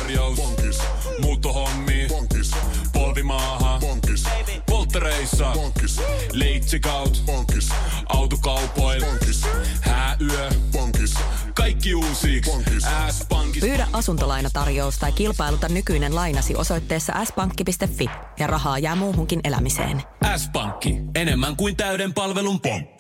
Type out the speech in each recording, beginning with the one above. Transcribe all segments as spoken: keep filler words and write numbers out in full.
tarjous. Bonkis. Muuttohommi. Bonkis. Polvimaaha. Bonkis. Polttereissa. Bonkis. Leitsikaut. Bonkis. Autokaupoil. Bonkis. Hääyö. Bonkis. Kaikki uusiiksi. S-pankki. Pyydä asuntolainatarjous tai kilpailuta nykyinen lainasi osoitteessa s pankki piste fi ja rahaa jää muuhunkin elämiseen. S-pankki. Enemmän kuin täyden palvelun pankki.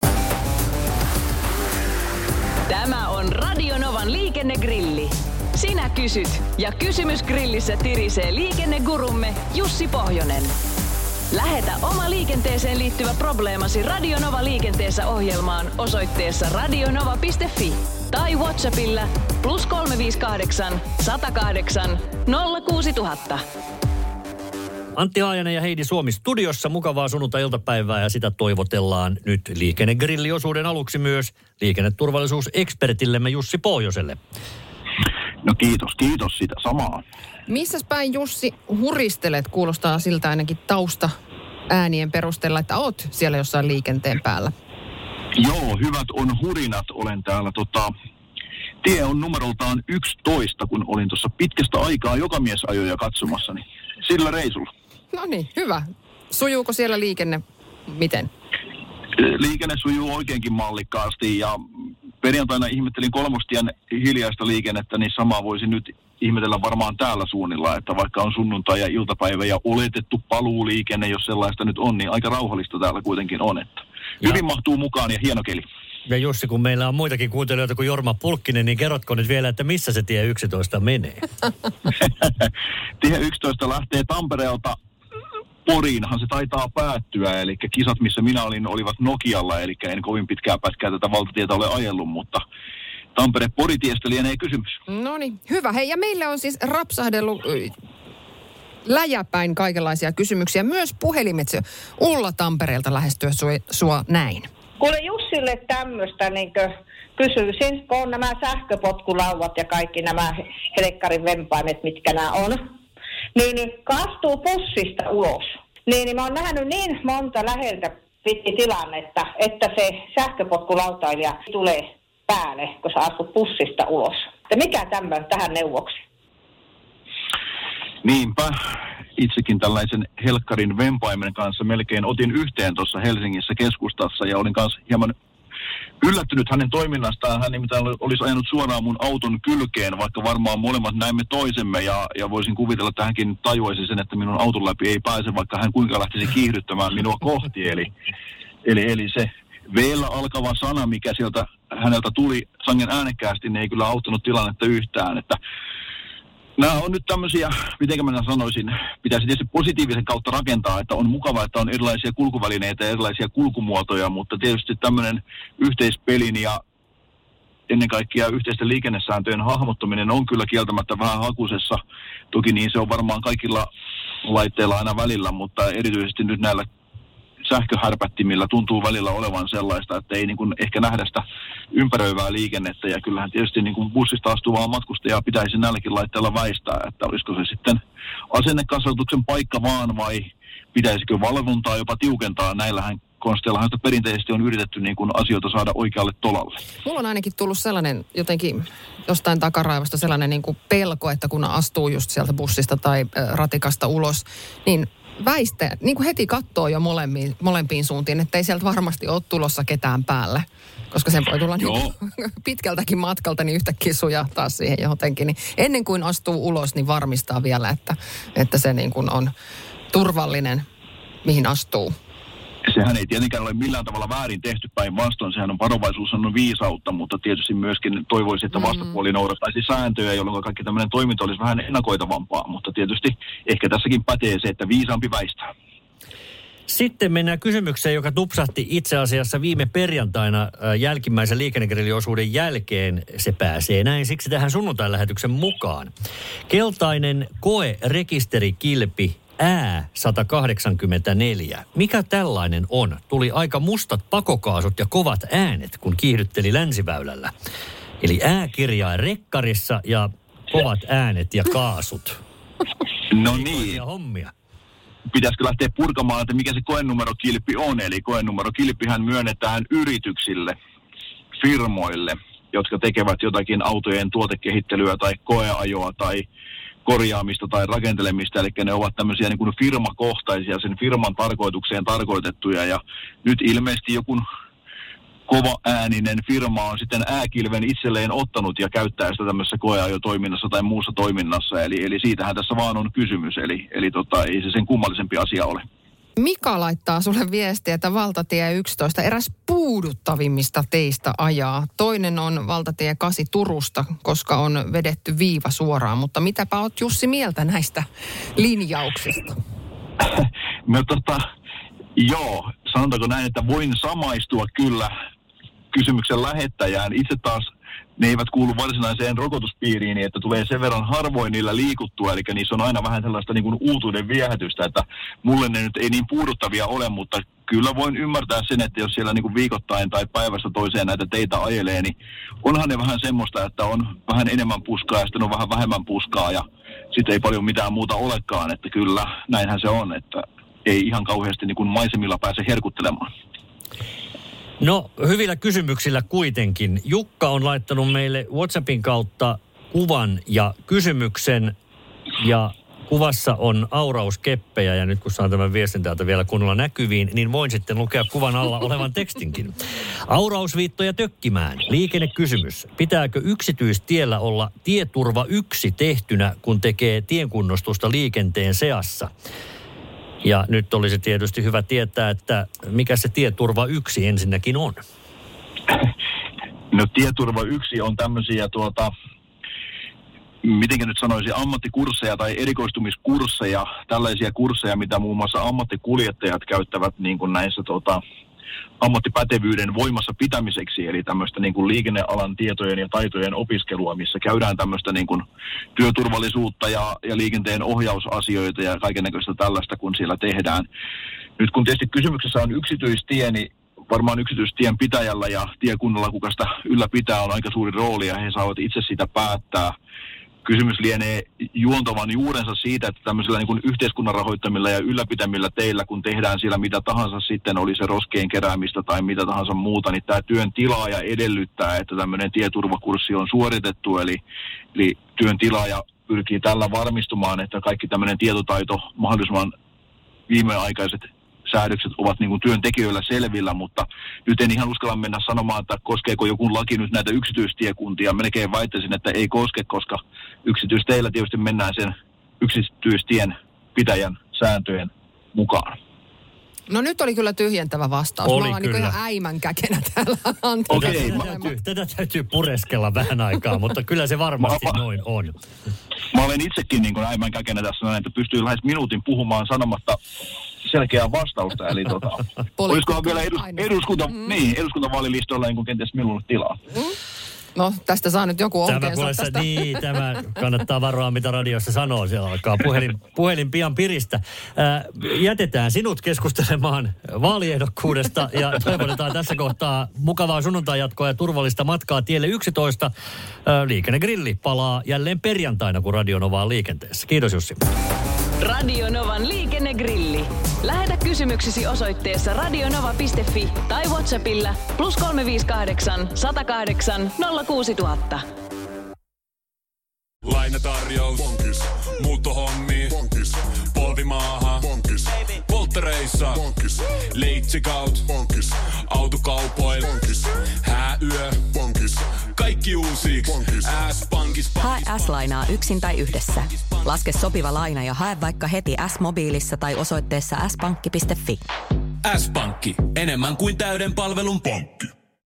Tämä on Radio Novan liikennegrilli. Sinä kysyt ja kysymys grillissä tirisee liikennegurumme Jussi Pohjonen. Lähetä oma liikenteeseen liittyvä probleemasi Radio Nova liikenteessä ohjelmaan osoitteessa radionova piste fi tai WhatsAppilla plus kolme viisi kahdeksan, sata kahdeksan, nolla kuusi nolla nolla nolla. Antti Haajanen ja Heidi Suomi studiossa. Mukavaa sunnuntai-iltapäivää ja sitä toivotellaan nyt liikennegrilliosuuden aluksi myös liikenneturvallisuusekspertillemme Jussi Pohjoselle. No kiitos, kiitos sitä samaa. Missäs päin Jussi huristelet? Kuulostaa siltä ainakin tausta äänien perusteella, että oot siellä jossain liikenteen päällä. Joo, hyvät on hurinat. Olen täällä tota... Tie on numeroltaan yksitoista, kun olin tuossa pitkästä aikaa jokamiesajoja katsomassa, niin sillä reisulla. No niin, hyvä. Sujuuko siellä liikenne miten? Liikenne sujuu oikeinkin mallikkaasti ja perjantaina ihmettelin Kolmostien hiljaista liikennettä, niin samaa voisin nyt ihmetellä varmaan täällä suunnilla, että vaikka on sunnuntai ja iltapäivä ja oletettu paluuliikenne, jos sellaista nyt on, niin aika rauhallista täällä kuitenkin on. Että hyvin mahtuu mukaan ja hieno keli. Ja Jussi, kun meillä on muitakin kuuntelijoita kuin Jorma Pulkkinen, niin kerrotko nyt vielä, että missä se tie yksitoista menee? Tie yksitoista lähtee Tampereelta Poriinhan se taitaa päättyä, eli kisat, missä minä olin, olivat Nokialla, eli en kovin pitkää pätkää tätä valtatietä ole ajellut, mutta Tampere-Poritiestä lienee kysymys. No niin, hyvä. Hei, ja meille on siis rapsahdellut läjäpäin kaikenlaisia kysymyksiä, myös puhelimitse. Ulla Tampereelta lähestyä sua, sua näin. Kuule Jussille tämmöistä niin kysyisin, kun on nämä sähköpotkulauvat ja kaikki nämä helekkarin vempaimet, mitkä nämä on, niin, niin kastuu pussista ulos. Niin, niin mä oon nähnyt niin monta läheltä pitti tilannetta, että se sähköpotkulautailija tulee päälle, kun sä astut pussista ulos. Ja mikä tämmöinen tähän neuvoksi? Niinpä. Itsekin tällaisen helkkarin vempaimen kanssa melkein otin yhteen tuossa Helsingissä keskustassa ja olin kanssa hieman yllättynyt hänen toiminnastaan. Hän nimittäin olisi ajanut suoraan mun auton kylkeen, vaikka varmaan molemmat näimme toisemme ja, ja voisin kuvitella, että hänkin tajuaisi sen, että minun auton läpi ei pääse, vaikka hän kuinka lähtisi kiihdyttämään minua kohti. Eli, eli, eli se veellä alkava sana, mikä sieltä häneltä tuli sangen äänekkäästi, niin ei kyllä auttanut tilannetta yhtään, että nämä on nyt tämmöisiä, miten mä sanoisin, pitäisi tietysti positiivisen kautta rakentaa, että on mukava, että on erilaisia kulkuvälineitä ja erilaisia kulkumuotoja, mutta tietysti tämmöinen yhteispelin ja ennen kaikkea yhteisten liikennesääntöjen hahmottaminen on kyllä kieltämättä vähän hakusessa. Toki niin se on varmaan kaikilla laitteilla aina välillä, mutta erityisesti nyt näillä sähköhärpättimillä tuntuu välillä olevan sellaista, että ei niin kuin ehkä nähdä sitä ympäröivää liikennettä. Ja kyllähän tietysti niin kuin bussista astuvaa matkustajaa pitäisi näilläkin laitteilla väistää, että olisiko se sitten asennekasvatuksen paikka vaan vai pitäisikö valvontaa jopa tiukentaa. Näillähän konsteillahan sitä perinteisesti on yritetty niin kuin asioita saada oikealle tolalle. Mulla on ainakin tullut sellainen jotenkin jostain takaraivosta sellainen niin kuin pelko, että kun astuu just sieltä bussista tai ratikasta ulos, niin väistä, niin kuin heti katsoo jo molempiin, molempiin suuntiin, että ei sieltä varmasti ole tulossa ketään päälle. Koska sen voi tulla niin pitkältäkin matkalta, niin yhtäkkiä sujahtaa siihen jotenkin. Niin ennen kuin astuu ulos, niin varmistaa vielä, että, että se niin kuin on turvallinen, mihin astuu. Sehän ei tietenkään ole millään tavalla väärin tehty päinvastoin. Sehän on varovaisuus, on viisautta, mutta tietysti myöskin toivoisi, että vastapuoli noudattaisi sääntöjä, jolloin kaikki tämmöinen toiminta olisi vähän ennakoitavampaa. Mutta tietysti ehkä tässäkin pätee se, että viisaampi väistää. Sitten mennään kysymykseen, joka tupsahti itse asiassa viime perjantaina jälkimmäisen liikennegrilliosuuden jälkeen. Se pääsee näin siksi tähän sunnuntai-lähetyksen mukaan. Keltainen koerekisterikilpi Ää sata kahdeksankymmentäneljä. Mikä tällainen on? Tuli aika mustat pakokaasut ja kovat äänet, kun kiihdytteli länsiväylällä. Eli ääkirjaa rekkarissa ja kovat äänet ja kaasut. No niin. Hommia. Pitäisikö lähteä purkamaan, että mikä se koenumerokilpi on? Eli koenumerokilpihän myönnetään yrityksille, firmoille, jotka tekevät jotakin autojen tuotekehittelyä tai koeajoa tai korjaamista tai rakentelemista, eli ne ovat tämmöisiä niin kuin firmakohtaisia, sen firman tarkoitukseen tarkoitettuja, ja nyt ilmeisesti joku kova ääninen firma on sitten ääkilven itselleen ottanut ja käyttää sitä tämmöisessä koeajotoiminnassa tai muussa toiminnassa, eli, eli siitähän tässä vaan on kysymys, eli, eli tota, ei se sen kummallisempi asia ole. Mika laittaa sulle viestiä, että valtatie yksitoista eräs puuduttavimmista teistä ajaa. Toinen on valtatie kahdeksan Turusta, koska on vedetty viiva suoraan. Mutta mitäpä oot Jussi mieltä näistä linjauksista? No tota, joo, sanotaanko näin, että voin samaistua kyllä kysymyksen lähettäjään. Itse taas ne eivät kuulu varsinaiseen rokotuspiiriin, että tulee sen verran harvoin niillä liikuttua, eli niissä on aina vähän sellaista niin kuin uutuuden viehätystä, että mulle ne nyt ei niin puuduttavia ole, mutta kyllä voin ymmärtää sen, että jos siellä niin kuin viikoittain tai päivästä toiseen näitä teitä ajelee, niin onhan ne vähän semmoista, että on vähän enemmän puskaa ja sitten on vähän vähemmän puskaa ja sitten ei paljon mitään muuta olekaan, että kyllä näinhän se on, että ei ihan kauheasti niin kuin maisemilla pääse herkuttelemaan. No, hyvillä kysymyksillä kuitenkin. Jukka on laittanut meille WhatsAppin kautta kuvan ja kysymyksen, ja kuvassa on aurauskeppejä, ja nyt kun saan tämän viestin täältä vielä kunnolla näkyviin, niin voin sitten lukea kuvan alla olevan tekstinkin. Aurausviittoja tökkimään. Liikennekysymys. Pitääkö yksityistiellä olla tieturva yksi tehtynä, kun tekee tienkunnostusta liikenteen seassa? Ja nyt olisi tietysti hyvä tietää, että mikä se tieturva yksi ensinnäkin on. No tieturva yksi on tämmöisiä tuota, mitenkä nyt sanoisi, ammattikursseja tai erikoistumiskursseja, tällaisia kursseja, mitä muun muassa ammattikuljettajat käyttävät niin kuin näissä tuota, ammattipätevyyden voimassa pitämiseksi, eli tämmöistä niin kuin liikennealan tietojen ja taitojen opiskelua, missä käydään tämmöistä niin kuin työturvallisuutta ja, ja liikenteen ohjausasioita ja kaikennäköistä tällaista, kun siellä tehdään. Nyt kun tietysti kysymyksessä on yksityistie, niin varmaan yksityistien pitäjällä ja tiekunnalla, kuka sitä ylläpitää, on aika suuri rooli ja he saavat itse sitä päättää. Kysymys lienee juontavan juurensa siitä, että tämmöisillä niin kuin yhteiskunnan rahoittamilla ja ylläpitämillä teillä, kun tehdään siellä mitä tahansa sitten, oli se roskien keräämistä tai mitä tahansa muuta, niin tämä työn tilaaja edellyttää, että tämmöinen tieturvakurssi on suoritettu, eli, eli työn tilaaja pyrkii tällä varmistumaan, että kaikki tämmöinen tietotaito, mahdollisimman viimeaikaiset säädökset ovat niin kuin työntekijöillä selvillä, mutta nyt en ihan uskalla mennä sanomaan, että koskeeko joku laki nyt näitä yksityistiekuntia. Melkein väittäisin, että ei koske, koska yksityisteillä tietysti mennään sen yksityistien pitäjän sääntöjen mukaan. No nyt oli kyllä tyhjentävä vastaus. Oli Mä oon niin ihan äimän käkenä täällä. Okei. Tätä, täytyy, tätä täytyy pureskella vähän aikaa, mutta kyllä se varmasti mä, noin on. Mä olen itsekin niin kuin äimän käkenä tässä, että pystyy lähes minuutin puhumaan sanomatta selkeää vastausta. Eli tota, olisikohan vielä edus, eduskunta, mm. niin, eduskuntavaalilistoilla niin kuin kenties minulle tilaa. Mm. No, tästä saa nyt joku onkeensa tämä tästä. Niin, tämä kannattaa varoa, mitä radiossa sanoo. Siellä alkaa puhelin, puhelin pian piristä. Ää, jätetään sinut keskustelemaan vaaliehdokkuudesta ja toivotetaan tässä kohtaa mukavaa sunnuntai-jatkoa ja turvallista matkaa tielle yksitoista. Ää, Liikennegrilli palaa jälleen perjantaina, kun Radio Nova on liikenteessä. Kiitos Jussi. Radio Novan liikennegrilli. Lähetä kysymyksesi osoitteessa radionova piste fi tai WhatsAppilla plus kolme viisi kahdeksan, sata kahdeksan, nolla kuusi tuhatta. Lainatarjous. Bonkis. Muuttohommi. Bonkis. Polvimaaha. Bonkis. Polttereissa. Bonkis. Leitsikaut. Bonkis. Autokaupoil. Bonkis. Hääyö. Bonkis. Kaikki uusiiksi. S-pankis. Hae S-lainaa yksin tai yhdessä. Laske sopiva laina ja hae vaikka heti S-mobiilissa tai osoitteessa s pankki piste fi. S-pankki. Enemmän kuin täyden palvelun pankki.